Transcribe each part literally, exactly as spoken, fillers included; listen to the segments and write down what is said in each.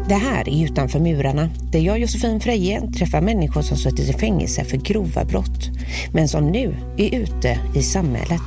Det här är Utanför murarna, där jag, Josefin Freje, träffar människor som suttit i fängelse för grova brott, men som nu är ute i samhället.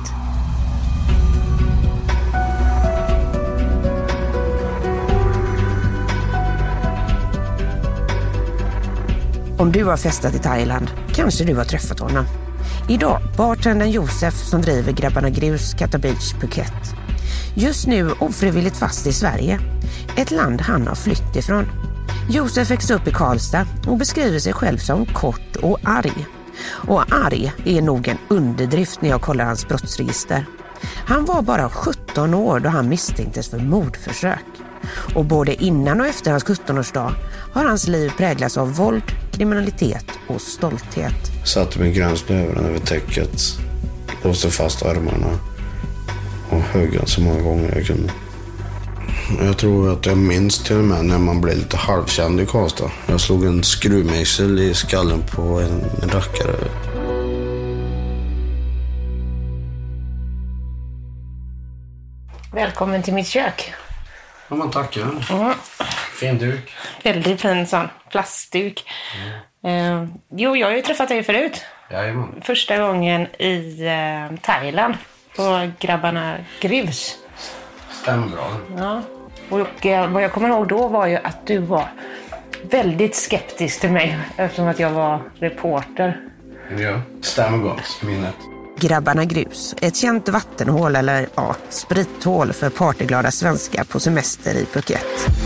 Om du har festat i Thailand, kanske du har träffat honom. Idag bartendern Josef som driver Grabbarna Grus Kata Beach Phuket. Just nu ofrivilligt fast i Sverige, ett land han har flytt ifrån. Josef växte upp i Karlstad och beskriver sig själv som kort och arg. Och arg är nog en underdrift när jag kollar hans brottsregister. Han var bara sjutton år då han misstänktes för mordförsök. Och både innan och efter hans sjuttonårsdag har hans liv präglats av våld, kriminalitet och stolthet. Satte min gränsbövren över täcket, låste fast armarna och högg han så många gånger jag kunde. Jag tror att jag minns till och med när man blev lite halvkänd i Karlstad. Jag slog en skruvmejsel i skallen på en, en rackare. Välkommen till mitt kök. Ja, man tackar. Mm. Fin duk. Väldigt fin sån plastduk. Mm. Eh, jo, jag har ju träffat dig förut. Jajamän. Första gången i eh, Thailand på Grabbarna Grus. Stämmer bra. Ja. Och eh, vad jag kommer ihåg då var ju att du var väldigt skeptisk till mig eftersom att jag var reporter. Ja, stämmer gott minnet. Grabbarna Grus, ett känt vattenhål eller ja, sprithål för partyglada svenskar på semester i Phuket.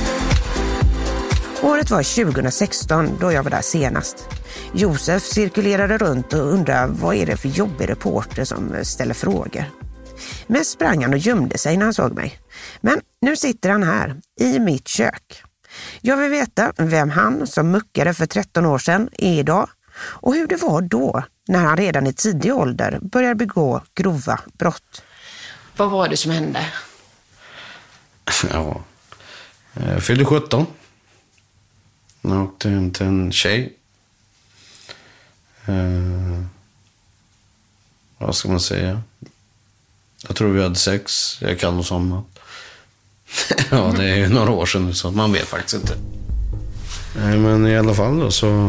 Året var tjugohundrasexton då jag var där senast. Josef cirkulerade runt och undrade vad är det för jobbig reporter som ställer frågor. Men sprang han och gömde sig när han såg mig. Men nu sitter han här, i mitt kök. Jag vill veta vem han som muckade för tretton år sedan är idag och hur det var då när han redan i tidig ålder började begå grova brott. Vad var det som hände? Ja, jag fyllde sjutton. Jag åkte hem till en tjej. Eh, vad ska man säga? Jag tror vi hade sex. Jag kan nog somna. Ja, det är ju några år sedan så man vet faktiskt inte. Nej, men i alla fall då så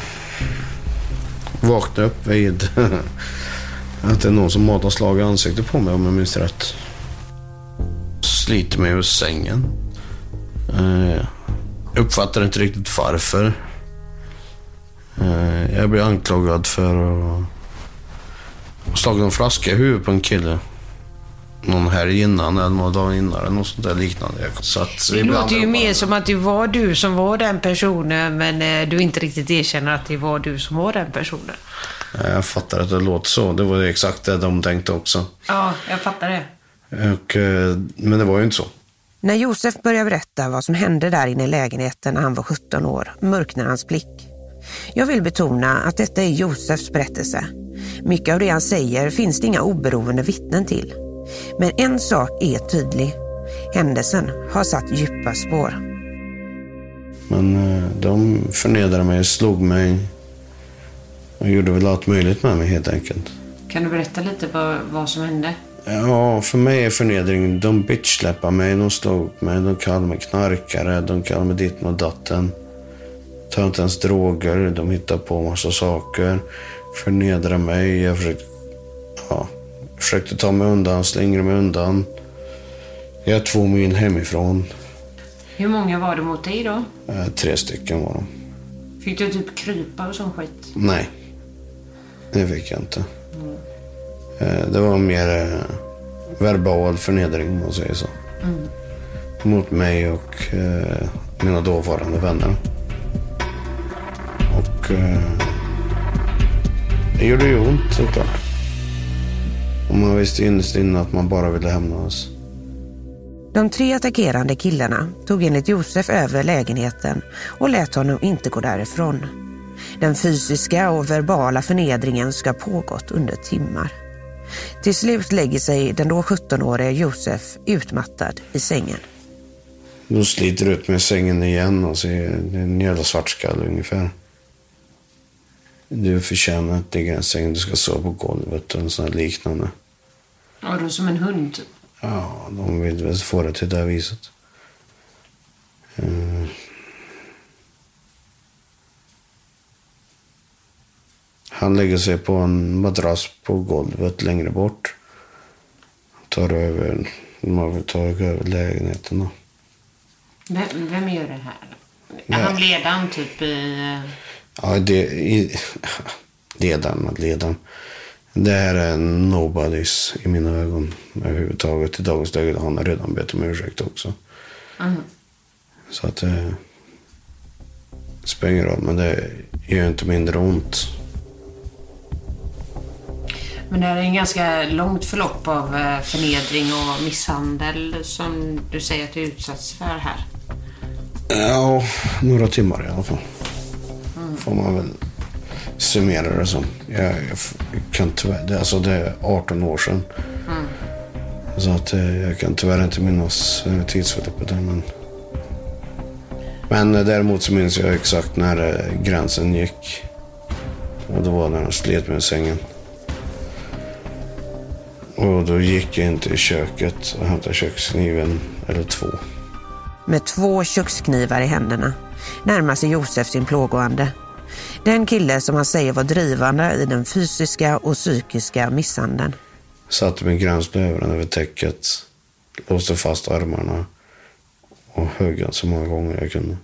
vaknade upp vid att det är någon som matar slag i ansiktet på mig om jag minns rätt. Sliter mig ur sängen. Eh, uppfattar inte riktigt varför. Eh, jag blir anklagad för att slagit en flaska i huvudet på en kille. Någon här innan eller några dagar innan eller något sånt där liknande. Så att det låter ju mer som att det var du som var den personen men du inte riktigt erkänner att det var du som var den personen. Jag fattar att det låter så. Det var exakt det de tänkte också. Ja, jag fattar det. Och, men det var ju inte så. När Josef började berätta vad som hände där inne i lägenheten när han var sjutton år mörknar hans blick. Jag vill betona att detta är Josefs berättelse. Mycket av det han säger finns det inga oberoende vittnen till. Men en sak är tydlig. Händelsen har satt djupa spår. Men de förnedrade mig, slog mig och gjorde väl allt möjligt med mig helt enkelt. Kan du berätta lite vad, vad som hände? Ja, för mig är förnedring. De bitchsläppade mig, de slog mig, de kallade mig knarkare, de kallade mig ditt och datten. Tar inte ens droger, de hittar på massa saker. Förnedrade mig, jag försökte, ja, försökte ta mig undan, slängde mig undan. Jag är två mil hemifrån. Hur många var det mot dig då? Eh, tre stycken var de. Fick du typ krypa och sån skit? Nej, det fick jag inte. Mm. Eh, det var mer eh, verbal förnedring, om man säger så. Mm. Mot mig och eh, mina dåvarande vänner. Och eh, det gjorde ju ont såklart. Och man visste innerst inne att man bara ville hämnas. De tre attackerande killarna tog enligt Josef över lägenheten och lät honom inte gå därifrån. Den fysiska och verbala förnedringen ska ha pågått under timmar. Till slut lägger sig den då sjuttonåriga Josef utmattad i sängen. Då sliter ut med sängen igen och ser en jävla svartskalle ungefär. Du förtjänar att ligga i en säng, du ska sova på golvet och en sån här liknande. Ja, du är som en hund. Ja, de vill väl få det till det här viset. Mm. Han lägger sig på en madrass på golvet längre bort. Tar över, man tar över lägenheten då. Vem, vem gör det här? Ja. Han ledaren typ i... Ja, det i, ledaren, ledaren. Det här är nobodies i mina ögon överhuvudtaget. I dagens läge har han redan bett om ursäkt också. Mm. Så att det spelar ingen roll, men det gör inte mindre ont. Men det är en ganska långt förlopp av förnedring och misshandel som du säger att du utsatts för här. Ja, några timmar i alla fall. Mm. Får man väl summera det som. Jag, jag kan tyvärr, det, alltså det är arton år sedan. Mm. Så att jag kan tyvärr inte minnas tidsförloppet där, men... Men däremot så minns jag exakt när gränsen gick. Och det var när han slet med sängen. Och då gick jag inte i köket och hämtade kökskniven eller två. Med två köksknivar i händerna närmar sig Josef sin plågoande. Den kille som han säger var drivande i den fysiska och psykiska misshandeln. Satte min gränsblöjaren över täcket, låste fast armarna och högg han så många gånger jag kunde.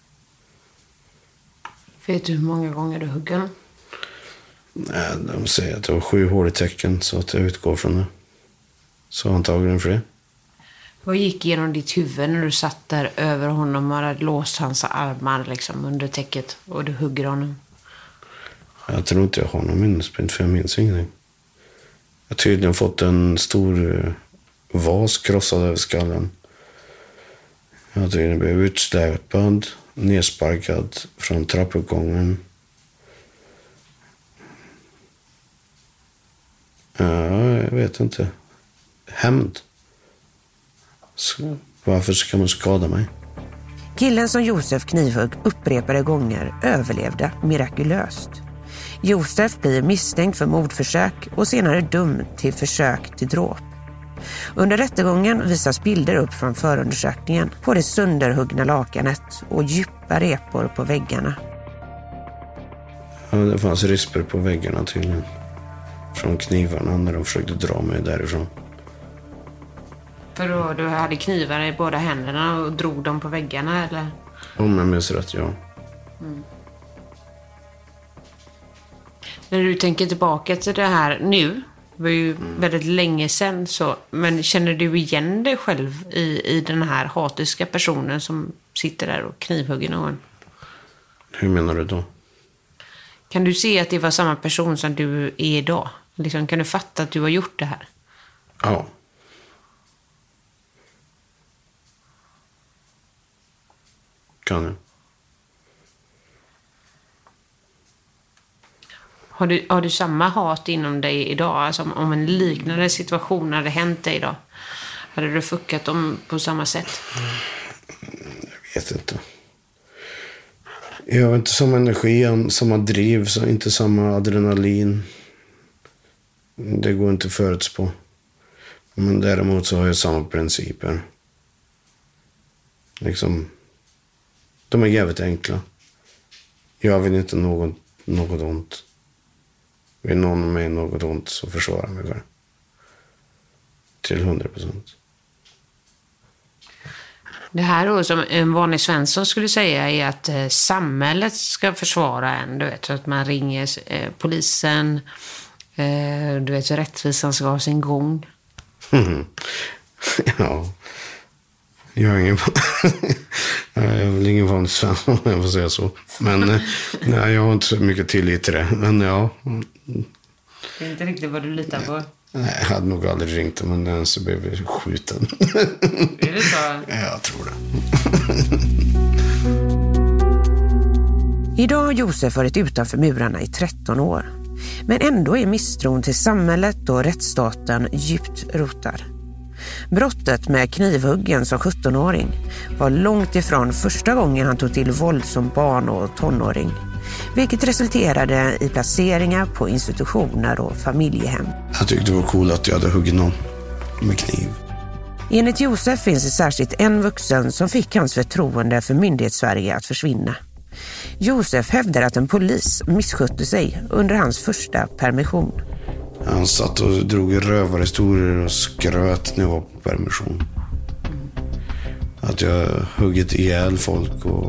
Vet du hur många gånger du högg honom? Nej, de säger att det var sju hål i tecken, så att jag utgår från det. Så antagligen för det. Vad gick genom ditt huvud när du satt där över honom och hade låst hans armar liksom under täcket och du hugger honom? Jag tror inte jag har någon minnesbild, för jag minns ingenting. Jag har tydligen fått en stor vas krossad över skallen. Jag har tydligen blivit utsläpad, nedsparkad från trappuppgången. Ja, jag vet inte. Hämnd. Så varför ska man skada mig? Killen som Josef knivhugg upprepade gånger överlevde mirakulöst. Josef blir misstänkt för mordförsök och senare dömd till försök till dråp. Under rättegången visas bilder upp från förundersökningen på det sönderhuggna lakanet och djupa repor på väggarna. Ja, det fanns risper på väggarna tydligen. Från knivarna när de försökte dra mig därifrån. För då du hade knivar i båda händerna och drog dem på väggarna, eller? Om jag minns rätt, ja. Mm. När du tänker tillbaka till det här nu, det var ju mm. väldigt länge sedan så, men känner du igen dig själv i, i den här hatiska personen som sitter där och knivhugger någon? Hur menar du då? Kan du se att det var samma person som du är idag? Liksom, kan du fatta att du har gjort det här? Ja. Kan jag. Har du, har du samma hat inom dig idag? Alltså om, om en liknande situation hade hänt dig idag, hade du fuckat dem på samma sätt? Jag vet inte. Jag har inte samma energi, samma driv, så inte samma adrenalin. Det går inte att förutspå. Men däremot så har jag samma principer. Liksom, de är jävligt enkla. Jag vill inte något, något ont. Vill någon med något ont så försvarar mig själv. Till hundra procent. Det här då som en vanlig Svensson skulle säga är att eh, samhället ska försvara en. Du vet, så att man ringer eh, polisen. Eh, du vet, så rättvisan ska ha sin gång. Mm. Ja. Jag är ingen jag är väl ingen vanlig Svensson, jag får säga så. Men eh, nej, jag har inte så mycket tillit till det. Men ja. Det är inte riktigt vad du litar på. Nej, jag hade nog aldrig ringt dem, men den så blev jag skjuten. Är det så? Ja, jag tror det. Idag har Josef varit utanför murarna i tretton år. Men ändå är misstron till samhället och rättsstaten djupt rotad. Brottet med knivhuggen som sjuttonåring var långt ifrån första gången han tog till våld som barn och tonåring. Vilket resulterade i placeringar på institutioner och familjehem. Jag tyckte det var coolt att jag hade huggit någon med kniv. Enligt Josef finns det särskilt en vuxen som fick hans förtroende för myndighetssverige att försvinna. Josef hävdar att en polis misskötte sig under hans första permission. Han satt och drog rövarhistorier och skröt när jag var på permission. Att jag huggit ihjäl folk och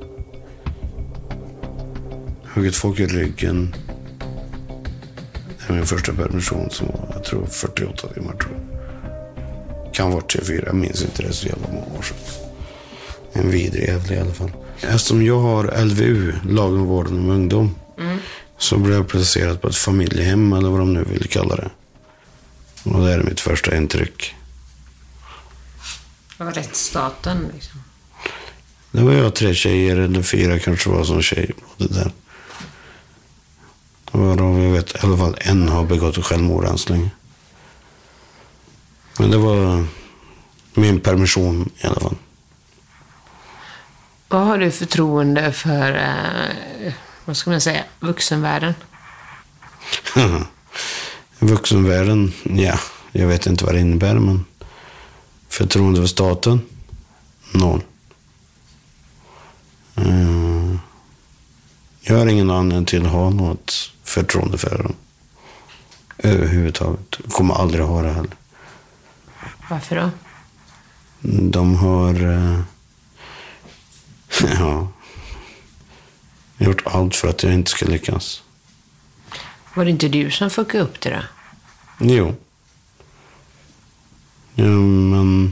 huggit folk i ryggen. Det är min första permission som var, jag tror, fyrtioåtta timmar tror jag. Kan vara tjugofyra, jag minns inte det så jävla många år sedan. En vidrig jävla i alla fall. Eftersom jag har L V U, lag om vården om ungdom, mm. så blev jag placerad på ett familjehem eller vad de nu vill kalla det. Och det är mitt första intryck. Vad var rättsstaten liksom? Det var jag tre tjejer eller fyra kanske var som tjej på det där. Och då, jag vet i alla fall en har begått självmord än så länge. Men det var min permission i alla fall. Vad har du förtroende för, eh, vad ska man säga, vuxenvärlden? Vuxenvärlden, ja, jag vet inte vad det innebär, men förtroende för staten, noll. Uh, jag har ingen anledning till att ha något förtroende för dem. Överhuvudtaget. Jag kommer aldrig ha det heller. Varför då? De har uh, ja, gjort allt för att jag inte ska lyckas. Var det inte du som fuckade upp det då? Jo. Ja, men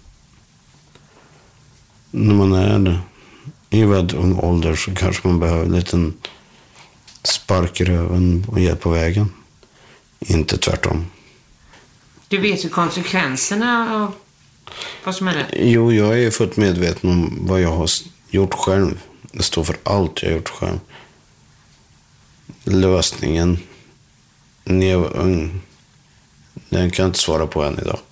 när man är det, i väldigt ung ålder så kanske man behöver en liten spark i röven och hjälp på vägen. Inte tvärtom. Du vet ju konsekvenserna av vad som händer. Jo, jag är fullt medveten om vad jag har gjort själv. Det står för allt jag har gjort själv. Lösningen när jag var ung, den kan jag inte svara på än idag.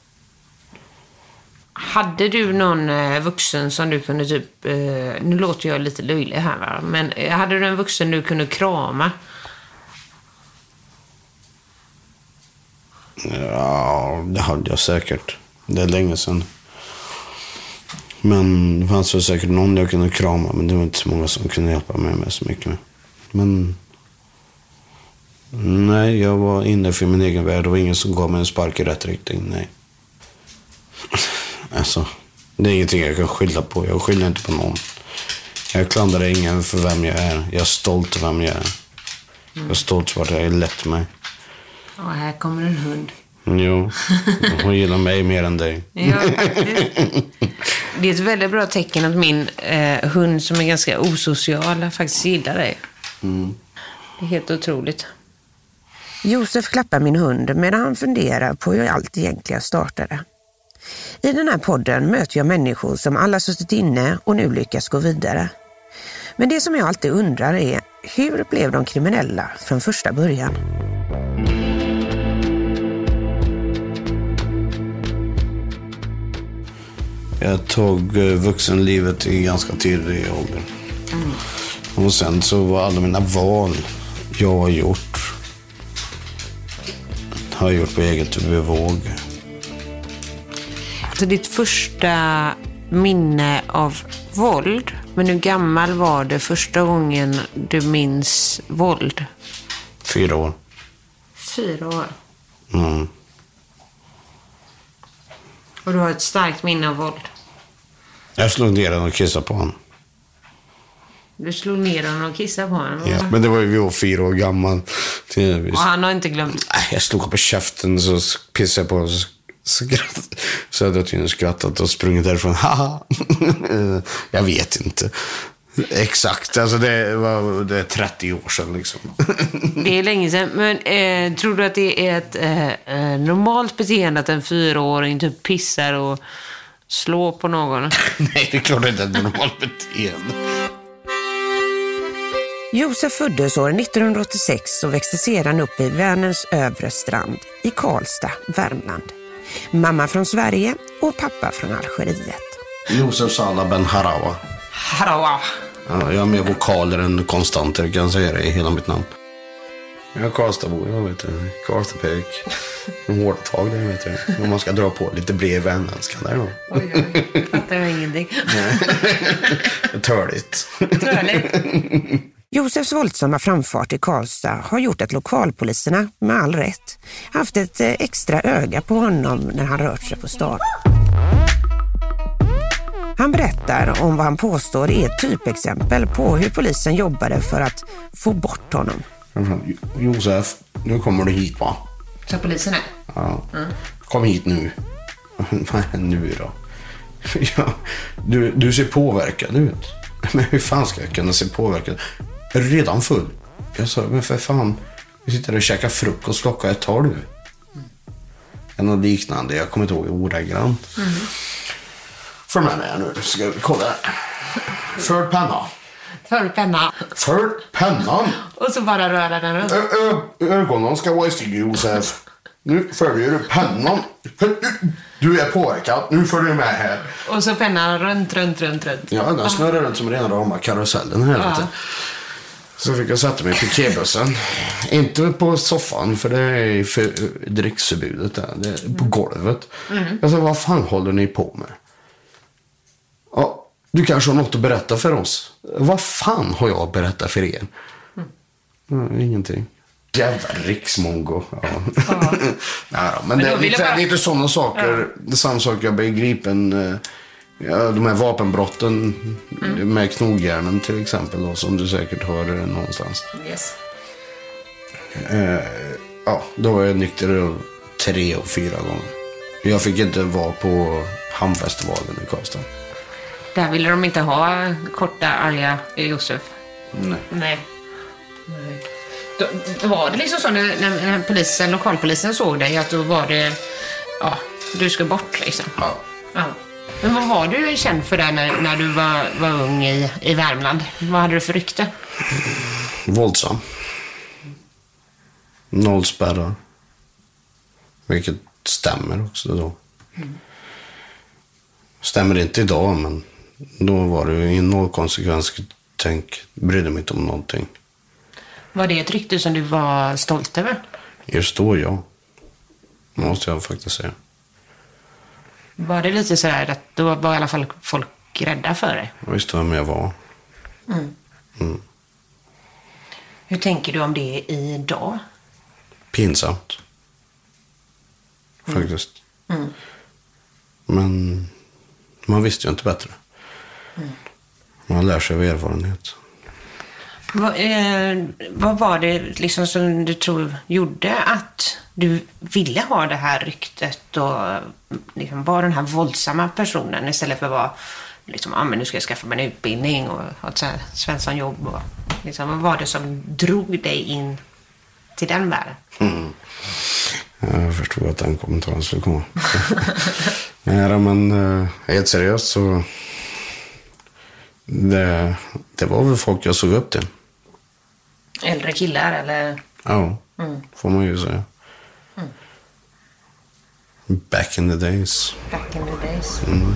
Hade du någon eh, vuxen som du kunde typ, eh, nu låter jag lite löjlig här va, men eh, hade du en vuxen du kunde krama? Ja, det hade jag säkert. Det är länge sedan. Men det fanns väl säkert någon jag kunde krama, men det var inte så många som kunde hjälpa mig med så mycket. Men nej, jag var inne för min egen värld. Det var ingen som gav mig en spark i rätt riktning, nej. Alltså, det är ingenting jag kan skylla på. Jag skyller inte på någon. Jag klandrar ingen för vem jag är. Jag är stolt för vem jag är. Jag är stolt för att jag är lätt mig. Och här kommer en hund. Jo, hon gillar mig mer än dig. Ja, det, det är ett väldigt bra tecken att min eh, hund som är ganska osocial faktiskt gillar dig. Mm. Det är helt otroligt. Josef klappar min hund medan han funderar på hur allt egentligen startade. I den här podden möter jag människor som alla suttit inne och nu lyckas gå vidare. Men det som jag alltid undrar är, hur blev de kriminella från första början? Jag tog vuxenlivet i ganska tidig ålder. Mm. Och sen så var alla mina val jag har gjort har jag gjort på eget bevåg. Så ditt första minne av våld, men hur gammal var det första gången du minns våld? Fyra år. Fyra år? Mm. Och du har ett starkt minne av våld? Jag slog ner den och kissade på honom. Du slog ner den och kissade på honom? Ja, men det var ju vi var fyra år gammal. Och han har inte glömt? Nej, jag slog på käften så pissade jag på honom. Så, så hade jag tydligen skrattat och sprungit därifrån. Haha. Jag vet inte. Exakt, alltså det var det är trettio år sedan liksom. Det är länge sedan. Men eh, tror du att det är ett eh, normalt beteende att en fyraåring typ pissar och slår på någon? Nej, det är klart inte ett normalt beteende. Josef föddes år nittonhundraåttiosex och växte sedan upp vid Vänerns övre strand i Karlstad, Värmland. Mamma från Sverige och pappa från Algeriet. Josef Salah Ben Harawa. Harawa. Ja, jag har mer vokaler än konstanter, kan jag säga det i hela mitt namn. Jag är Karlstadbo, jag vet du. Karlstadpöjk. En hård tag där, vet du. Om man ska dra på lite brev vänländska där då. Oj, oj. Fattar jag ingenting. Törligt. Törligt. Josefs våldsamma framfart i Karlstad har gjort att lokalpoliserna, med all rätt, haft ett extra öga på honom när han rört sig på stan. Han berättar om vad han påstår är ett typexempel på hur polisen jobbade för att få bort honom. Josef, nu kommer du hit, va? Så polisen är? Ja. Mm. Kom hit nu. Nu då? Ja, du, du ser påverkad ut. Men hur fan ska jag kunna se påverkad? Är du redan full? Jag sa, men för fan, vi sitter och käkar frukost, klockan ett tar du. Mm. Något liknande, jag kommer inte ihåg ordagrant. Mm. För mig är nu, ska vi kolla. För penna. För penna. För pennan. Och så bara röra den runt. Ö- ö- ögonen ska vara i styr, Josef. Nu följer du pennan. Du är påverkad, nu följer du med här. Och så pennan runt, runt, runt, runt. Ja, den snurrar runt som rena rama karusellen här. Ja. Så fick jag sätta mig i piketbussen. Inte på soffan, för det är för dricksförbudet där. Det är på golvet. Mm. Jag sa, vad fan håller ni på med? Ja, du kanske har något att berätta för oss. Vad fan har jag att berätta för er? Mm. Ja, ingenting. Jävla riksmongo. Ja. Ja. Nej då, men, men det, det, bara... det är inte sådana saker. Ja. Det är samma sak, jag blev gripen. Ja, de här vapenbrotten mm. med knogjärnen till exempel då, som du säkert hör någonstans. Yes. Eh, ja, då var jag nykter tre och fyra gånger. Jag fick inte vara på Hamnfestivalen i Karlstad. Där ville de inte ha korta, arga Josef. Nej. Nej. Nej. Då, då var det liksom så när, när polisen, lokalpolisen såg dig att då var det, ja, du ska bort liksom. Ja. Ja. Men vad var du känd för där när, när du var, var ung i, i Värmland? Vad hade du för rykte? Våldsam. Nollspärrar. Vilket stämmer också då. Mm. Stämmer inte idag, men då var det ju en nollkonsekvenstänk. Brydde mig inte om någonting. Var det ett rykte som du var stolt över? Just då, ja. Måste jag faktiskt säga. Var det lite så här att då var i alla fall folk rädda för dig? Jag visste vem jag var. Mm. Mm. Hur tänker du om det idag? Pinsamt. Faktiskt. Mm. Mm. Men man visste ju inte bättre. Mm. Man lär sig av erfarenhet. Vad, eh, vad var det liksom som du tror gjorde att du ville ha det här ryktet och liksom vara den här våldsamma personen istället för att vara liksom, ah, men nu ska jag skaffa mig en utbildning och ha ett så här svenssonjobb och liksom, vad var det som drog dig in till den världen? Mm. Jag förstod att den kommentaren skulle komma. Nej, men uh, helt seriöst så det, det var väl folk jag såg upp till. Äldre killar eller? Ja, mm. får man ju säga. Mm. Back in the days. Back in the days. Mm.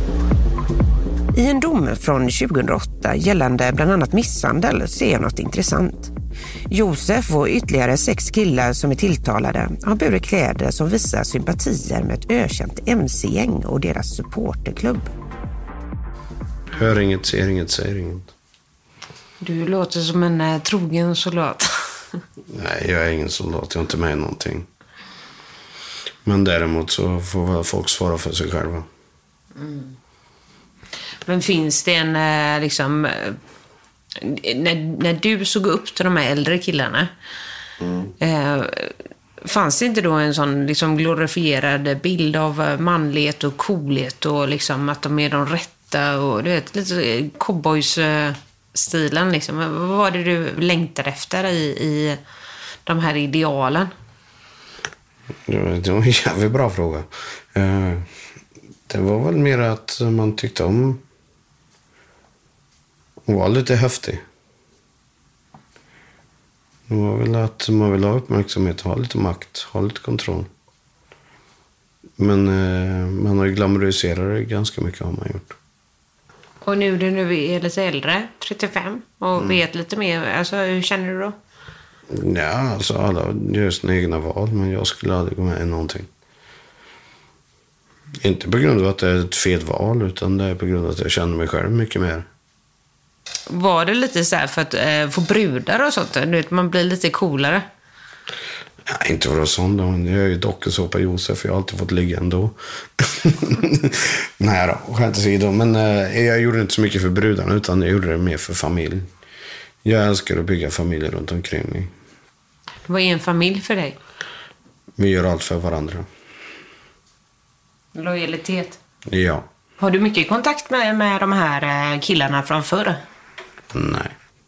I en dom från tjugohundraåtta gällande bland annat misshandel ser jag något intressant. Josef och ytterligare sex killar som är tilltalade har burit kläder som visar sympatier med ett ökänt M C-gäng och deras supporterklubb. Hör inget, ser inget, säger inget. Du låter som en eh, trogen soldat. Nej, jag är ingen soldat. Jag har inte med någonting. Men däremot så får väl folk svara för sig själva. Mm. Men finns det en eh, liksom... Eh, när, när du såg upp till de här äldre killarna... Mm. Eh, fanns det inte då en sån liksom glorifierad bild av manlighet och coolhet och liksom att de är de rätta och du vet, lite cowboys... Eh, stilen liksom. Vad var det du längtade efter i, i de här idealen? Det var en jävligt bra fråga. Det var väl mer att man tyckte om att vara lite häftig. Det var väl att man vill ha uppmärksamhet, ha lite makt, ha lite kontroll. Men man har ju glamoriserat det ganska mycket, har man gjort. Och nu när vi är lite äldre, trettiofem, och mm. vet lite mer, alltså hur känner du då? Ja, alltså alla gör sina egna val, men jag skulle aldrig gå med i någonting. Inte på grund av att det är ett fel val, utan det är på grund av att jag känner mig själv mycket mer. Var det lite så här för att eh, få brudar och sånt? Du vet, man blir lite coolare. Ja, inte för det sånt då. Jag är ju dokusåpa Josef. Jag har alltid fått ligga ändå. Nej då, skämt åsido. Men eh, jag gjorde inte så mycket för brudarna, utan jag gjorde det mer för familj. Jag älskar att bygga familjer runt omkring mig. Vad är en familj för dig? Vi gör allt för varandra. Lojalitet? Ja. Har du mycket kontakt med, med de här killarna från förr? Nej.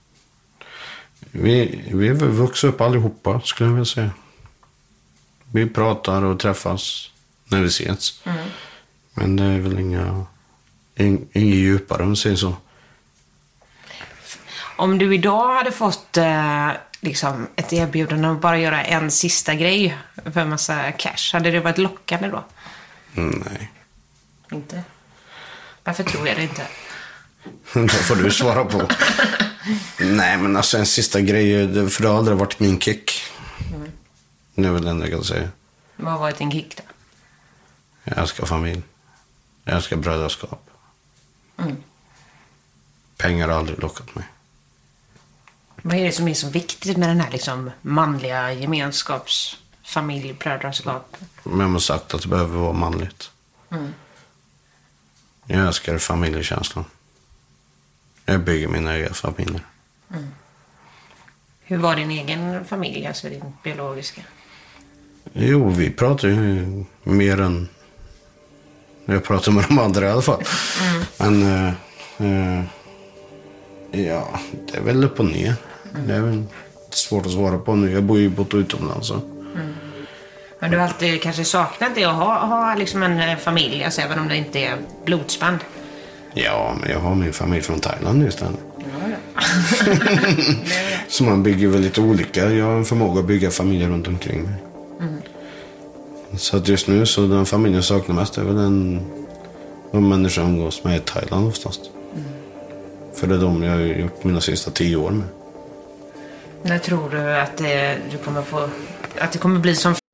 Vi, vi är vuxit upp allihopa, skulle jag vilja säga. Vi pratar och träffas när vi ses. Mm. Men det är väl inga, in, inga djupare, om man säger så. Om du idag hade fått eh, liksom ett erbjudande att bara göra en sista grej för en massa cash, hade det varit lockande då? Mm, nej. Inte? Varför tror jag det inte? Då får du svara på. Nej, men alltså en sista grej, för det har aldrig varit min kick. Mm. Nu är väl det enda jag kan säga. Vad har varit din kick då? Jag älskar familj. Jag älskar brödraskap. Mm. Pengar har aldrig lockat mig. Vad är det som är så viktigt med den här liksom manliga gemenskaps, familj, brödraskap? Men man har sagt att det behöver vara manligt. Mm. Jag älskar familjekänslan. Jag bygger mina egna familjer. Mm. Hur var din egen familj, alltså din biologiska? Jo, vi pratar ju mer än jag pratar med de andra i alla fall. Mm. Men uh, uh, ja, det är väl upp och ner. Mm. Det är väl svårt att svara på nu. Jag bor ju bort utomlands. Så. Mm. Men du har alltid kanske saknat det att ha, ha liksom en familj, alltså, även om det inte är blodsband? Ja, men jag har min familj från Thailand istället. Ja, ja. Så man bygger väl lite olika. Jag har en förmåga att bygga familjer runt omkring mig. Mm. Så att just nu så den familjen jag saknar mest är väl den de människor som umgås med i Thailand oftast. Mm. För det är de jag har gjort mina sista tio år med. När tror du att det, du kommer få, att det kommer bli som...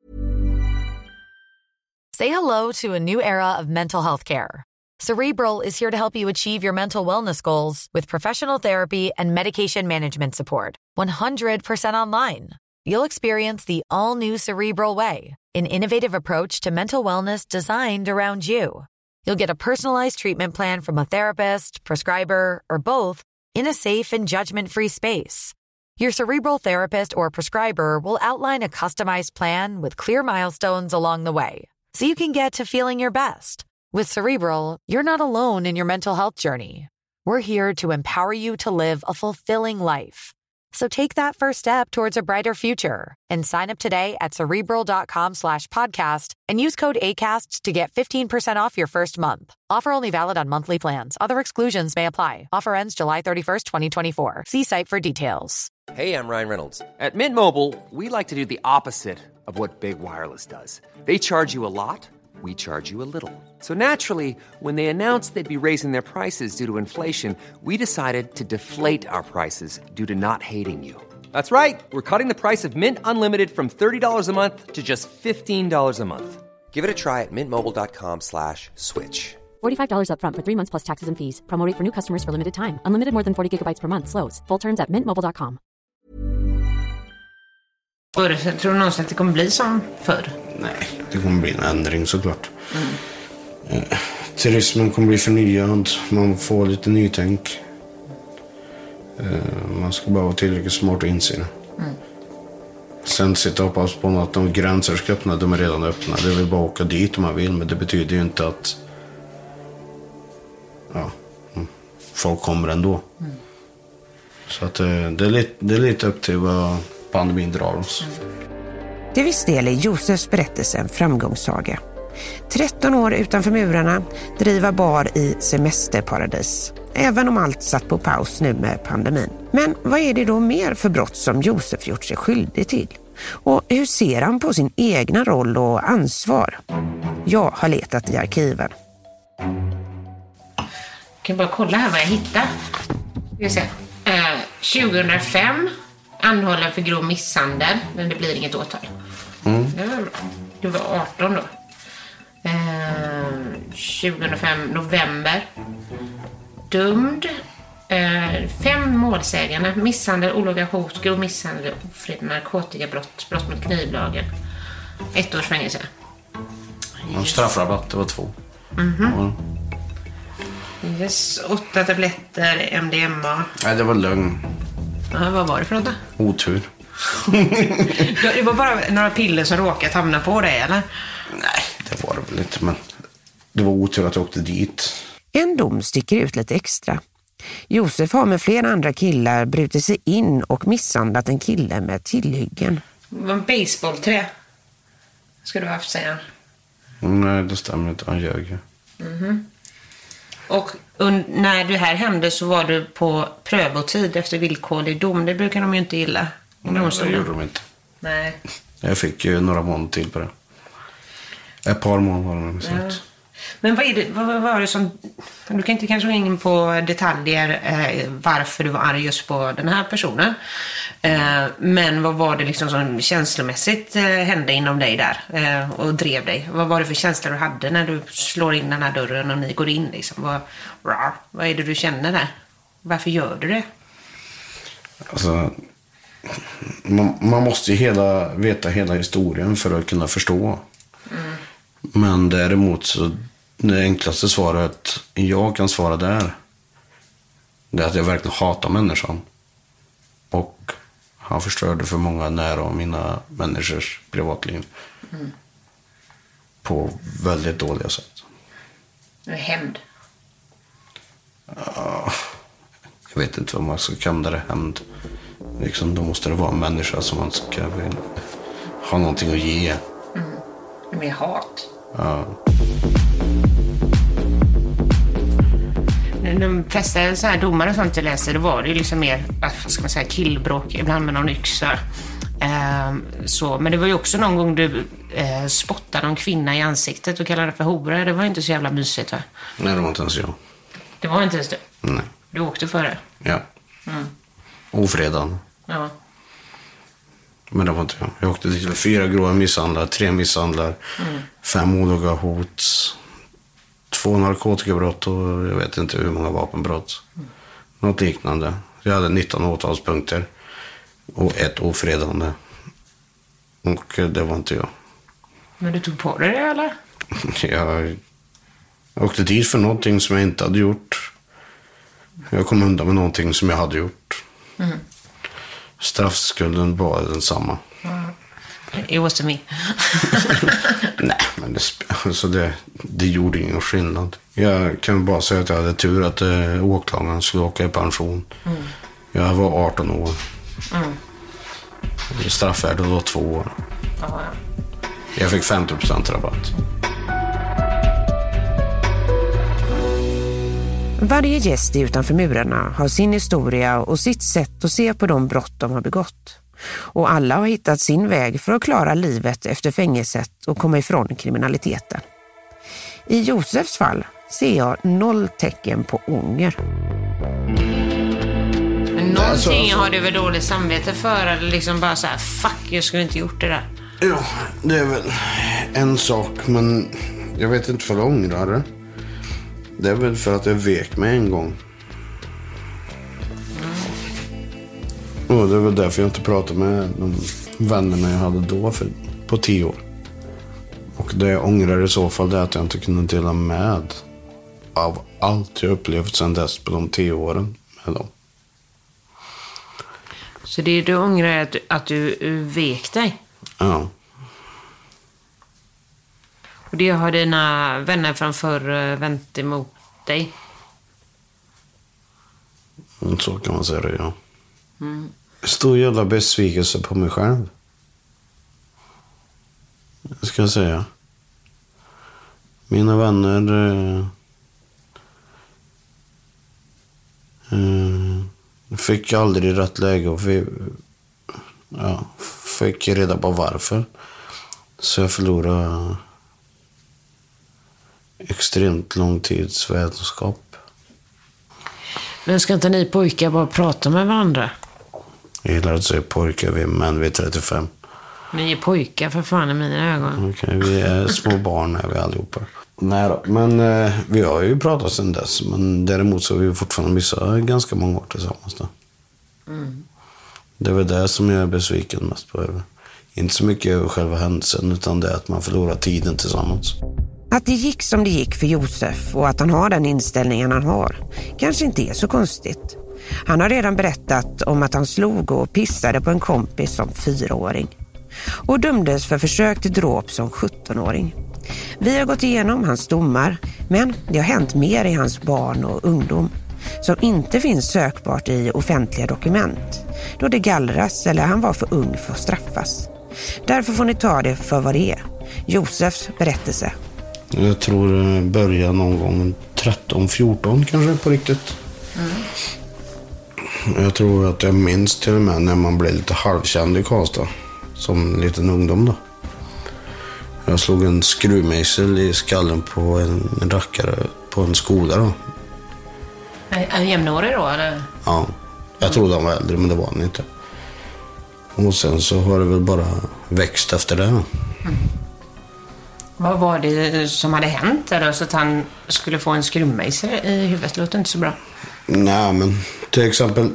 Say hello to a new era of mental health care. Cerebral is here to help you achieve your mental wellness goals with professional therapy and medication management support. one hundred percent online. You'll experience the all-new Cerebral Way, an innovative approach to mental wellness designed around you. You'll get a personalized treatment plan from a therapist, prescriber, or both in a safe and judgment-free space. Your Cerebral therapist or prescriber will outline a customized plan with clear milestones along the way, so you can get to feeling your best. With Cerebral, you're not alone in your mental health journey. We're here to empower you to live a fulfilling life. So take that first step towards a brighter future and sign up today at Cerebral.com slash podcast and use code ACAST to get fifteen percent off your first month. Offer only valid on monthly plans. Other exclusions may apply. Offer ends July thirty-first, twenty twenty-four. See site for details. Hey, I'm Ryan Reynolds. At Mint Mobile, we like to do the opposite of what Big Wireless does. They charge you a lot. We charge you a little. So naturally, when they announced they'd be raising their prices due to inflation, we decided to deflate our prices due to not hating you. That's right. We're cutting the price of Mint Unlimited from thirty dollars a month to just fifteen dollars a month. Give it a try at mintmobile.com slash switch. forty-five dollars up front for three months plus taxes and fees. Promo rate for new customers for limited time. Unlimited more than forty gigabytes per month. Slows full terms at mint mobile dot com. Förr, tror du någonsin att det kommer bli som förr? Nej, det kommer bli en ändring såklart. Mm. Eh, turismen kommer bli förnyad. Man får lite nytänk. Eh, man ska bara vara tillräckligt smart och inse det. Mm. Sen sitta och hoppas på att de gränser ska öppna, de är redan öppna. Det är väl bara att åka dit om man vill, men det betyder ju inte att ja, folk kommer ändå. Mm. Så att eh, det, är lite, det är lite upp till vad pandemin drar oss. Mm. Till viss del är Josefs berättelse en framgångssaga. tretton år utanför murarna, driva bar i semesterparadis. Även om allt satt på paus nu med pandemin. Men vad är det då mer för brott som Josef gjort sig skyldig till? Och hur ser han på sin egna roll och ansvar? Jag har letat i arkiven. Jag kan bara kolla här vad jag hittar. Vi ska se. Eh, tjugohundrafem anhållen för grov misshandel, men det blir inget åtal. Mm. Det var bra. Du var arton då. Eh, tjugohundrafem november. Dömd. Eh, fem målsägande. Misshandel, olaga hot, grov misshandel, ofred, narkotikabrott, brott mot knivlagen. Ett års fängelse. Och straffrabatt, det var två. Mhm. Ja. Yes, åtta tabletter M D M A. Nej, det var lögn. Ja, vad var det för något då? Otur. Det var bara några piller som råkat hamna på dig, eller? Nej, det var det väl inte, men det var otur att jag åkte dit. En dom sticker ut lite extra. Josef har med flera andra killar brutit sig in och misshandlat en kille med tillhyggen. Det var en baseballträ. Ska du ha haft, säga. Nej, det stämmer inte. Han ljög. Mm-hmm. Och und- när det här hände så var du på prövotid efter villkorlig dom. Det brukar de ju inte gilla. Nej, det gjorde de inte. Nej. Jag fick ju några månader till på det. Ett par månader var det. Ja. Men vad, är det, vad, vad var det som... Du kan inte kanske gå in på detaljer eh, varför du var arg just på den här personen. Eh, men vad var det liksom som känslomässigt eh, hände inom dig där eh, och drev dig? Vad var det för känslor du hade när du slår in den här dörren och ni går in? Liksom? Vad, rar, vad är det du känner där? Varför gör du det? Alltså, man, man måste ju hela, veta hela historien för att kunna förstå. Mm. Men däremot så det enklaste svaret jag kan svara där, det är att jag verkligen hatar människan. Och han förstörde för många nära och mina människors privatliv. Mm. På väldigt dåliga sätt. Det är hämnd. Ja, jag vet inte vad man ska kalla det, hämnd. Liksom, då måste det vara en människa som man ska vill ha någonting att ge. Mm. Med hat. Ja. De flesta så här domare och sånt jag läser, det var det ju liksom mer, vad ska man säga, killbråk, ibland med någon yxa. Eh, så, men det var ju också någon gång du eh, spottade någon kvinna i ansiktet och kallade det för hora. Det var inte så jävla mysigt, va? Nej, det var inte ens jag. Det var inte ens du? Nej. Du åkte för det? Ja. Mm. Ofredan. Ja. Men det var inte jag. Jag åkte dit med fyra grova misshandlar, tre misshandlar, mm. fem olaga hot, två narkotikabrott och jag vet inte hur många vapenbrott. Mm. Något liknande. Jag hade nitton åtalspunkter och ett ofredande. Och det var inte jag. Men du tog på dig det, eller? Jag åkte dit för någonting som jag inte hade gjort. Jag kom undan med någonting som jag hade gjort. Mm. Straffskulden var densamma. Mm. It was to me. Nej, men det, alltså det, det gjorde ingen skillnad. Jag kan bara säga att jag hade tur att äh, åklagaren skulle åka i pension. Mm. Jag var arton år. Mm. Straffvärdet var två år. Oh, ja. Jag fick femtio procent rabatt. Varje gäst utanför murarna har sin historia och sitt sätt att se på de brott de har begått. Och alla har hittat sin väg för att klara livet efter fängelset och komma ifrån kriminaliteten. I Josefs fall ser jag noll tecken på ånger. Men någonting alltså, alltså, har du väl dåligt samvete för, eller liksom bara så här, fuck, jag skulle inte gjort det där. Ja, det är väl en sak, men jag vet inte för att jag ångrar det. Det är väl för att jag vek mig en gång. Mm. Och det är väl därför jag inte pratade med de vännerna jag hade då för, på tio år. Och det jag ångrar i så fall är att jag inte kunde dela med av allt jag upplevt sedan dess på de tio åren med dem. Så det du ångrar är att du, att du vek dig? Ja. Och det har dina vänner framför vänt emot dig? Så kan man säga det, ja. Mm. Stor jävla besvikelse på mig själv. Ska jag säga. Mina vänner eh, eh, fick aldrig rätt läge och vi, ja, fick reda på varför. Så jag förlorade extremt lång tids vetenskap. Men ska inte ni pojkar bara prata med varandra? Jag gillar att säga pojkar, vi är män, vi är trettiofem. Ni är pojkar för fan i mina ögon. Okej, okay, vi är små barn här, vi allihopa. Nej då, men eh, vi har ju pratat sedan dess. Men däremot så har vi fortfarande missat ganska många år tillsammans då. Mm. Det är väl det som jag är besviken mest på. Inte så mycket över själva händelsen, utan det är att man förlorar tiden tillsammans. Att det gick som det gick för Josef och att han har den inställningen han har kanske inte är så konstigt. Han har redan berättat om att han slog och pissade på en kompis som fyraåring. Och dömdes för försök till dråp som sjuttonåring. Vi har gått igenom hans domar, men det har hänt mer i hans barn och ungdom som inte finns sökbart i offentliga dokument, då det gallras eller han var för ung för att straffas. Därför får ni ta det för vad det är. Josefs berättelse. Jag tror det började någon gång tretton fjorton kanske på riktigt. Mm. Jag tror att jag minns till och med när man blev lite halvkänd i Karlstad som liten ungdom då. Jag slog en skruvmejsel i skallen på en, en rackare på en skola då. En jämnårig då eller? Ja, jag trodde han var äldre men det var han inte. Och sen så har det väl bara växt efter det. Mm. Vad var det som hade hänt eller så att han skulle få en skruvmejsel i huvudet? Det låter inte så bra. Nej, men till exempel,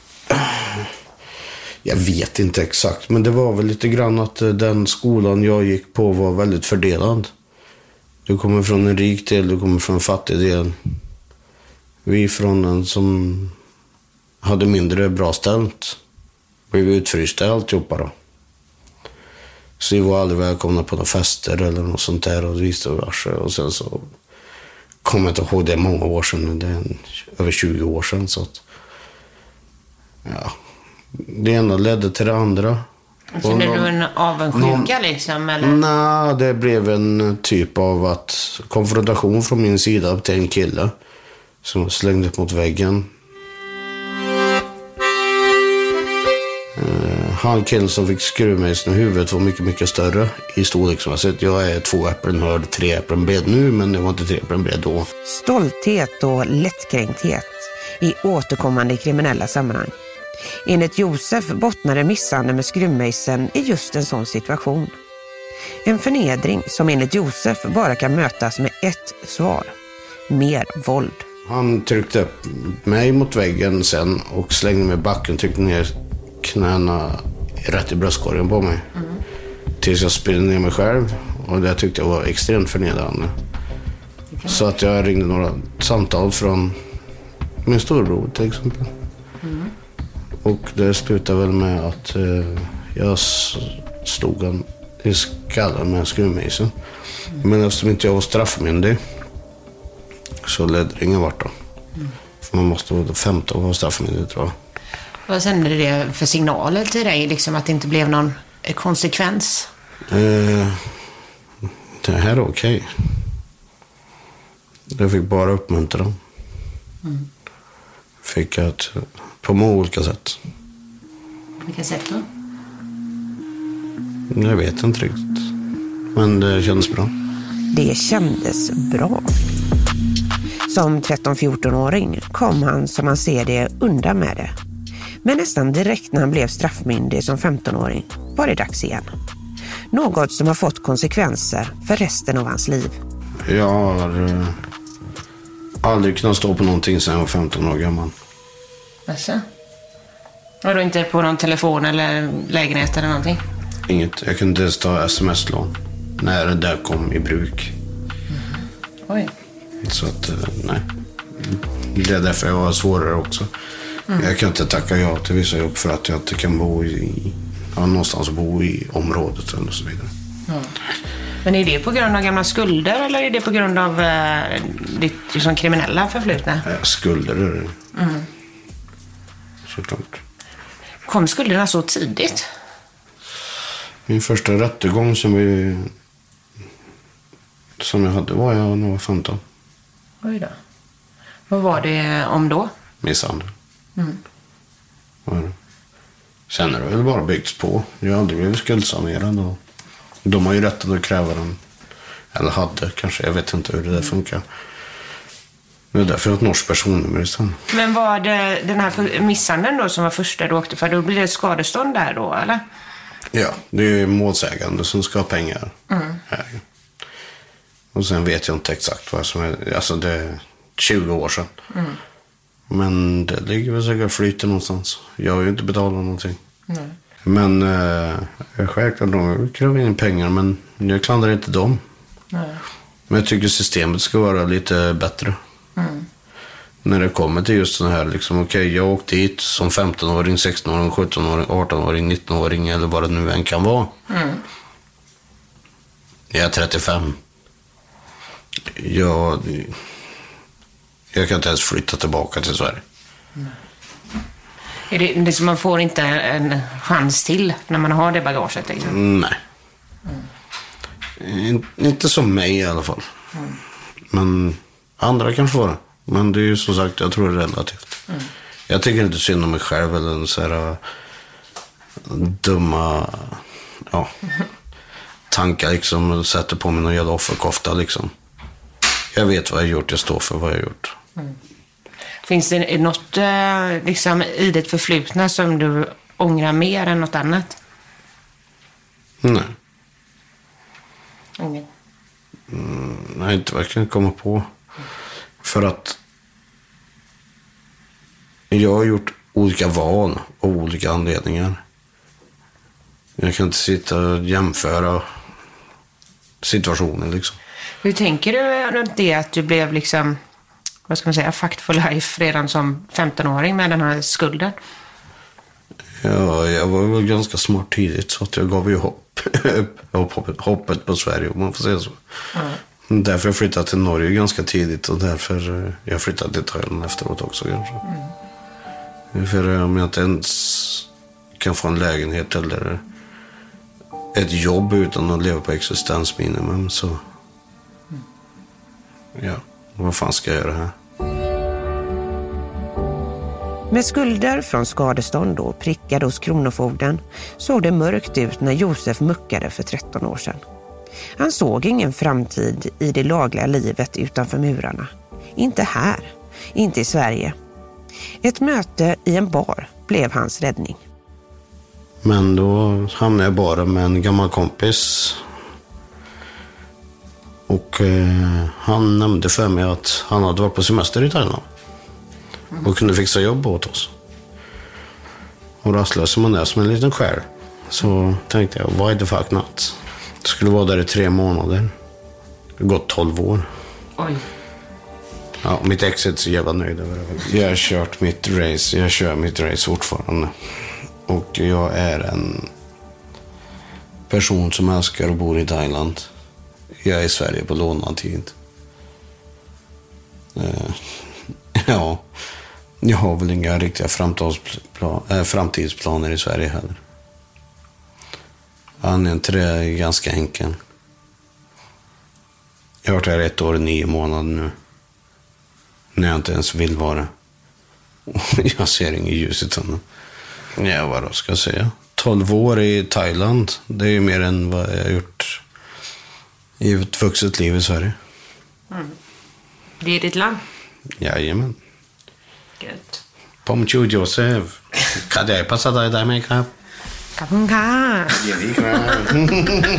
jag vet inte exakt, men det var väl lite grann att den skolan jag gick på var väldigt fördelad. Du kommer från en rik del, du kommer från en fattig del. Vi från en som hade mindre bra ställt blev utfrysta alltihopa då. Så vi var aldrig välkomna på några fester eller något sånt där och visste varse. Och sen så kommer jag inte ihåg det många år sedan, det är en, över tjugo år sedan. Så att, ja, det ena ledde till det andra. Kände du en avundsjuka någon, liksom? Eller? Nej, det blev en typ av att konfrontation från min sida till en kille som slängde mot väggen. Han killen som fick skruvmejseln i huvudet var mycket, mycket större i storleksmässigt. Jag är två äpplen hörd, tre äpplen bred nu, men det var inte tre äpplen bred då. Stolthet och lättkränkthet i återkommande kriminella sammanhang. Enligt Josef bottnade misshandeln med skruvmejseln i just en sån situation. En förnedring som enligt Josef bara kan mötas med ett svar. Mer våld. Han tryckte upp mig mot väggen sen och slängde mig i backen, tryckte ner knäna rätt i bröstkorgen på mig. Mm. Tills jag spelade ner mig själv. Och det tyckte jag var extremt förnedrande. Okay. Så att jag ringde några samtal från min storbror till exempel. Mm. Och det slutade väl med att eh, jag slog han i skallen med en skruvmejsel. Mm. Men eftersom inte jag var straffmyndig så ledde det ingen vart då. Mm. För man måste vara femton och vara straffmyndig, tror jag. Vad sände det för signaler till dig, liksom att det inte blev någon konsekvens? Eh, det här är okej. Jag fick bara uppmuntra. Mm. Fick att på många olika sätt. Vilka sätt då? Jag vet inte riktigt. Men det kändes bra. Det kändes bra. Som tretton-fjorton-åring kom han, som man ser det, undan med det. Men nästan direkt när han blev straffmyndig som femton-åring var det dags igen. Något som har fått konsekvenser för resten av hans liv. Jag har uh, aldrig kunnat stå på någonting sedan jag var femton år gammal. Alltså? Var du inte på någon telefon eller lägenhet eller någonting? Inget. Jag kunde inte ta sms-lån när det där kom i bruk. Mm. Oj. Så att, uh, nej. Det är därför jag var svårare också. Mm. Jag kan inte tacka ja till vissa jobb för att jag inte kan bo i, ja, någonstans bo i området eller så vidare. Mm. Men är det på grund av gamla skulder eller är det på grund av eh, ditt liksom, kriminella förflutna? Ja, skulder är det. Mm. Såklart. Kom skulderna så tidigt? Min första rättegång som vi som jag hade var jag när jag var femton. Oj då. Vad var det om då? Misshandel. Mm. Sen har det väl bara byggts på. Jag har aldrig blivit skuldsanerad. Och de har ju rätten att kräva den. Eller hade kanske, jag vet inte hur det där funkar. Det är därför jag har ett norskt personnummer istället. Men var det den här misshandeln då som var första du åkte för? Då blir det skadestånd där då, eller? Ja, det är målsägande som ska ha pengar. Mm. Och sen vet jag inte exakt vad som är. Alltså det är tjugo år sedan. Mm. Men det ligger väl säkert flyter någonstans. Jag har ju inte betalat någonting. Mm. Men eh, självklart de kräver in pengar, men jag klandrar inte dem. Mm. Men jag tycker systemet ska vara lite bättre. Mm. När det kommer till just sån här liksom, okej, okay, jag åkte hit som femtonåring, sextonåring, sjuttonåring, artonåring, nittonåring eller vad det nu än kan vara. Mm. Jag är trettiofem. Jag, jag kan inte ens flytta tillbaka till Sverige. Mm. Är det, det som man får inte en chans till när man har det bagaget liksom? Nej. Mm. In, inte som mig i alla fall. Mm. Men andra kan få det. Men det är ju som sagt, jag tror det är relativt. Mm. Jag tycker inte synd om mig själv eller en så här dumma ja, tankar liksom. Sätter på mig någon jävla offerkofta liksom. Jag vet vad jag har gjort, jag står för vad jag har gjort. Mm. Finns det något liksom, i ditt förflutna som du ångrar mer än något annat? Nej. Ingen? Mm, nej, inte verkligen komma på. Mm. För att jag har gjort olika val av olika anledningar. Jag kan inte sitta och jämföra situationen liksom. Hur tänker du runt det att du blev liksom, vad ska man säga, fucked for life redan som femtonåring med den här skulden? Ja, jag var väl ganska smart tidigt så att jag gav ju hopp. hoppet, hoppet på Sverige om man får säga så. Mm. Därför jag flyttade till Norge ganska tidigt och därför jag flyttade till Thailand efteråt också kanske. Mm. För om jag inte ens kan få en lägenhet eller ett jobb utan att leva på existensminimum så mm. ja, vad fan ska jag göra här? Med skulder från skadestånd och prickade hos kronofogden såg det mörkt ut när Josef muckade för tretton år sedan. Han såg ingen framtid i det lagliga livet utanför murarna. Inte här, inte i Sverige. Ett möte i en bar blev hans räddning. Men då hamnade jag bara med en gammal kompis. Och eh, han nämnde för mig att han hade varit på semester i Thailand. Och kunde fixa jobb åt oss. Och rastlös som man är som en liten själ. Så tänkte jag, why the fuck not? Jag skulle vara där i tre månader. Det har gått tolv år. Oj. Ja, mitt ex är så jävla nöjd över det. Jag har kört mitt race, jag kör mitt race fortfarande. Och jag är en person som älskar och bor i Thailand. Jag är i Sverige på lånad tid. Uh, ja, jag har väl inga riktiga framtidsplan, äh, framtidsplaner i Sverige heller. Anledningen till det är ganska enkel. Jag har varit här ett år och nio månader nu. När jag inte ens vill vara. Jag ser ingen ljus i tunneln. Ja, vad då ska jag säga? tolv år i Thailand. Det är ju mer än vad jag har gjort i ett vuxet liv i Sverige. Mm. Det är ditt land? Jajamän. Gött. Pomchu Josef. Kan jag passa dig där med, krab? Kapunka. Ja, vi kan.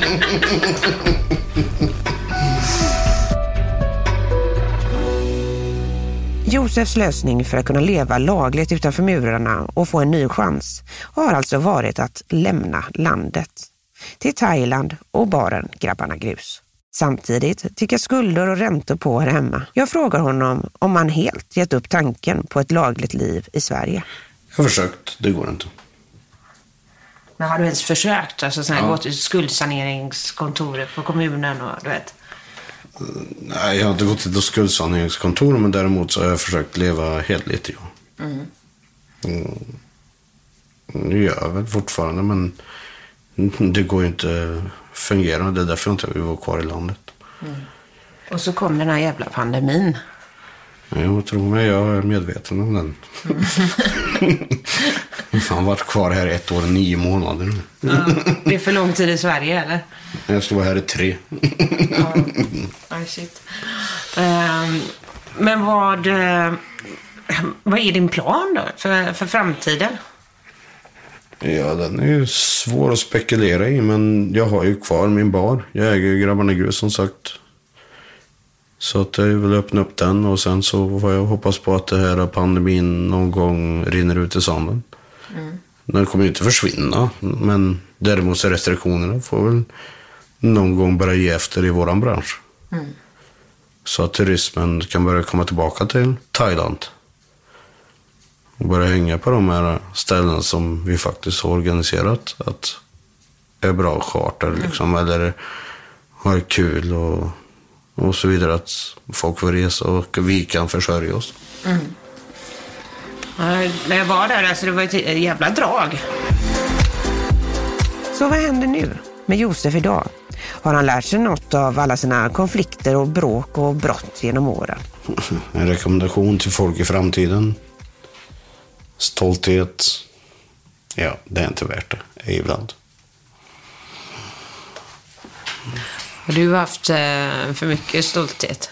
Josefs lösning för att kunna leva lagligt utanför murarna och få en ny chans har alltså varit att lämna landet. Till Thailand och baren Grabbarna Grus. Samtidigt tycker skulder och räntor på här hemma. Jag frågar honom om han helt gett upp tanken på ett lagligt liv i Sverige. Jag har försökt, det går inte. Men har du ens försökt? Alltså sån här, ja. Gå till skuldsaneringskontoret på kommunen och du vet? Nej, jag har inte gått till skuldsaneringskontoret, men däremot så har jag försökt leva helt lite. Ja. Mm. Mm. Det gör jag väl fortfarande, men det går ju inte fungera. Det är därför jag inte vill vara kvar i landet. Mm. Och så kom den här jävla pandemin. Jag tror mig, jag är medveten om den. Mm. Han har varit kvar här ett år och nio månader nu. Ja, det är för lång tid i Sverige, eller? Jag står här i tre. Ja, oh, shit. Um, men vad, uh, vad är din plan då för, för framtiden? Ja, den är ju svår att spekulera i, men jag har ju kvar min bar. Jag äger ju Grabbarna Grus som sagt. Så att jag vill öppna upp den och sen så får jag hoppas på att det här pandemin någon gång rinner ut i sanden. Mm. Den kommer ju inte försvinna, men däremot så restriktionerna får väl någon gång börja ge efter i våran bransch. Mm. Så att turismen kan börja komma tillbaka till Thailand. Och börja hänga på de här ställen som vi faktiskt har organiserat. Att det är bra charter liksom, mm. eller har kul och, och så vidare. Att folk får resa och vi kan försörja oss. Mm. När jag var där, alltså det var ett jävla drag. Så vad händer nu med Josef idag? Har han lärt sig något av alla sina konflikter och bråk och brott genom åren? En rekommendation till folk i framtiden. Stolthet. Ja, det är inte värt det ibland. Har du haft eh, för mycket stolthet?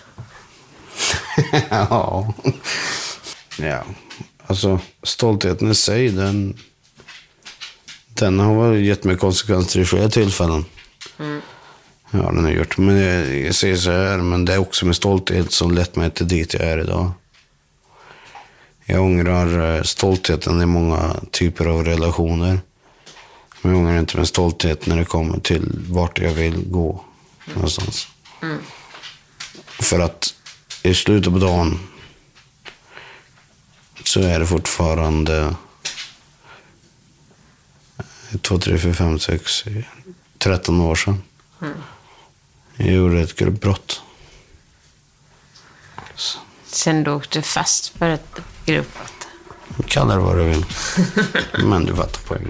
Ja. Ja. Alltså, stoltheten i sig, den, den har gett mig konsekvenser i flera tillfällen. Mm. Ja, den har gjort. Men jag, jag säger så här, men det är också med stolthet som lett mig till dit jag är idag. Jag ångrar stoltheten i många typer av relationer. Men jag ångrar inte med stolthet när det kommer till vart jag vill gå mm. någonstans. Mm. För att i slutet på dagen så är det fortfarande två, tre, fyra, fem, sex, tretton år sedan. Mm. Jag gjorde ett gruppbrott. Så. Sen du åkte fast för ett gruppbrott? Kalla det vad du vill. Men du fattar poängen.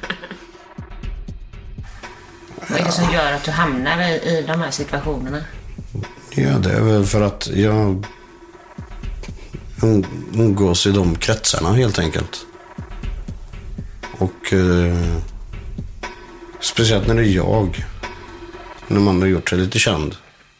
Vad är det som gör att du hamnar i, i de här situationerna? Ja, det är väl för att jag umgås i de kretsarna helt enkelt. Och eh, speciellt när det är jag, när man har gjort sig lite känd,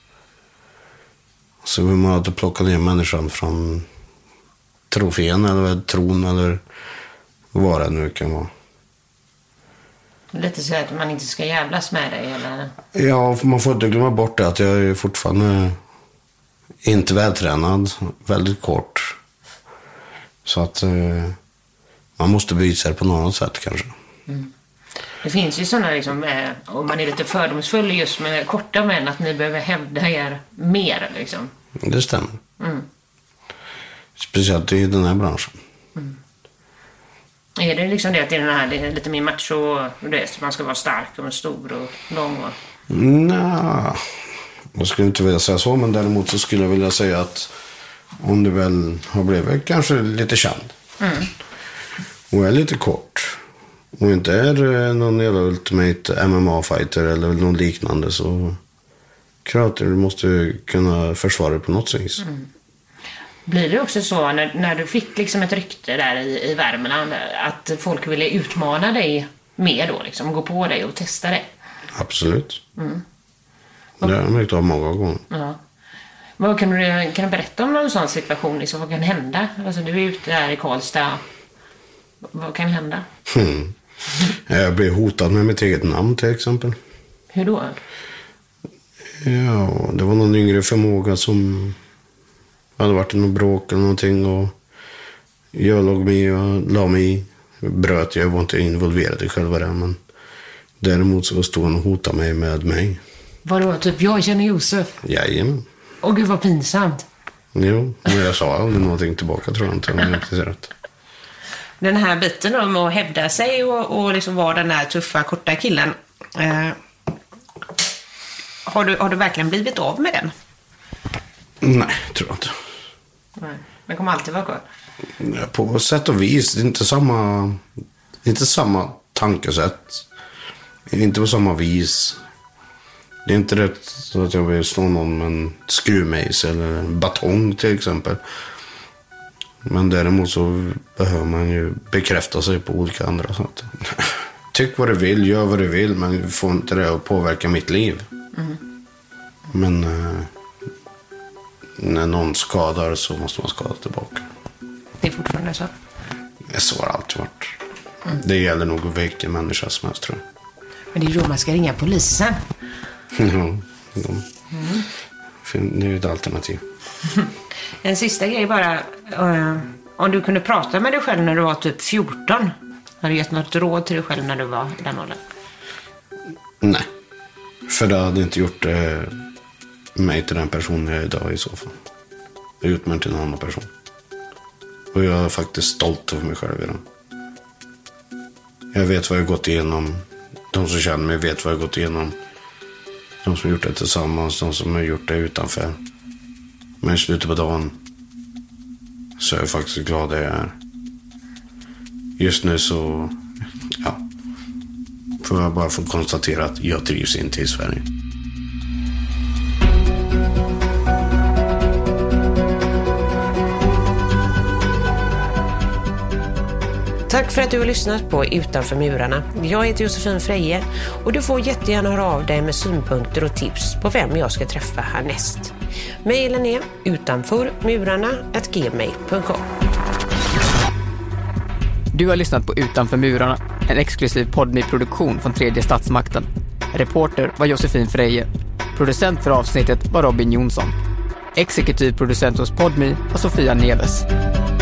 så vill man att plocka ner människan från trofén eller tron eller vad det nu kan vara. Lite så att man inte ska jävlas med dig eller? Ja, för man får inte glömma bort det att jag är fortfarande inte vältränad, väldigt kort. Så att eh, man måste bevisa sig på något sätt kanske. Mm. Det finns ju sådana liksom, eh, om man är lite fördomsfull just med korta män, att ni behöver hävda er mer liksom. Det stämmer. Mm. Speciellt i den här branschen. Mm. Är det liksom det att det är den här, det är lite mer macho och det är så man ska vara stark och stor och lång och... Nej, jag skulle inte vilja säga så, men däremot så skulle jag vilja säga att om du väl har blivit kanske lite känd mm. och är lite kort och inte är någon jävla ultimate M M A-fighter eller någon liknande, så klart du måste kunna försvara det på något vis. Mm. Blir det också så när, när du fick liksom ett rykte där i, i Värmland att folk ville utmana dig mer då, liksom gå på dig och testa dig? Absolut. Mm. Det har jag märkt av många gånger. Ja. Vad kan du, kan du berätta om någon sån situation? Liksom, vad kan hända? Alltså, du är ute där i Karlstad. Vad kan hända? Hmm. Jag blev hotad med mitt eget namn till exempel. Hur då? Ja, det var någon yngre förmåga som hade varit i någon bråk eller någonting och jag låg med och la mig i. Bröt, jag var inte involverad i själva det, men däremot så stod han och hotade mig med mig. Vadå? Typ, jag känner Josef? Jajamän. Och gud vad pinsamt. Jo, men jag sa aldrig någonting tillbaka, tror jag inte, om jag inte ser rätt. Den här biten om att hävda sig och, och liksom vara den där tuffa, korta killen. Eh, har, du, har du verkligen blivit av med den? Nej, tror jag inte. Nej, den kommer alltid vara kvar. Ja, på sätt och vis. Det är inte samma, inte samma tankesätt. Inte på samma vis. Det är inte rätt så att jag vill slå någon med en skruvmejs eller en batong till exempel. Men däremot så behöver man ju bekräfta sig på olika andra sätt. Tyck vad du vill, gör vad du vill, men du får inte det att påverka mitt liv. Mm. Men när någon skadar så måste man skada tillbaka. Det är fortfarande så? Det så har alltid varit. Mm. Det gäller nog vilken människa som helst, tror jag. Men det är då man ska ringa polisen. Ja, de... mm. Det är ju ett alternativ. En sista grej bara. Uh, om du kunde prata med dig själv när du var typ fjorton. Har du gett något råd till dig själv när du var i den åldern? Nej. För det hade inte gjort eh, mig till den personen jag är idag i så fall. Det har gjort mig till en annan person. Och jag är faktiskt stolt över mig själv i den. Jag vet vad jag har gått igenom. De som känner mig vet vad jag har gått igenom. De som har gjort det tillsammans, de som har gjort det utanför. Men i slutet på dagen så är jag faktiskt glad att jag är. Just nu så, ja, får jag bara få konstatera att jag trivs inte i Sverige. Tack för att du har lyssnat på Utanför murarna. Jag heter Josefin Freje och du får jättegärna höra av dig med synpunkter och tips på vem jag ska träffa härnäst. Mailen är utanförmurarna at gmail punkt com. Du har lyssnat på Utanför murarna, en exklusiv poddmy-produktion från Tredje statsmakten. Reporter var Josefin Freje. Producent för avsnittet var Robin Jonsson. Exekutiv producent hos Podmy var Sofia Neves.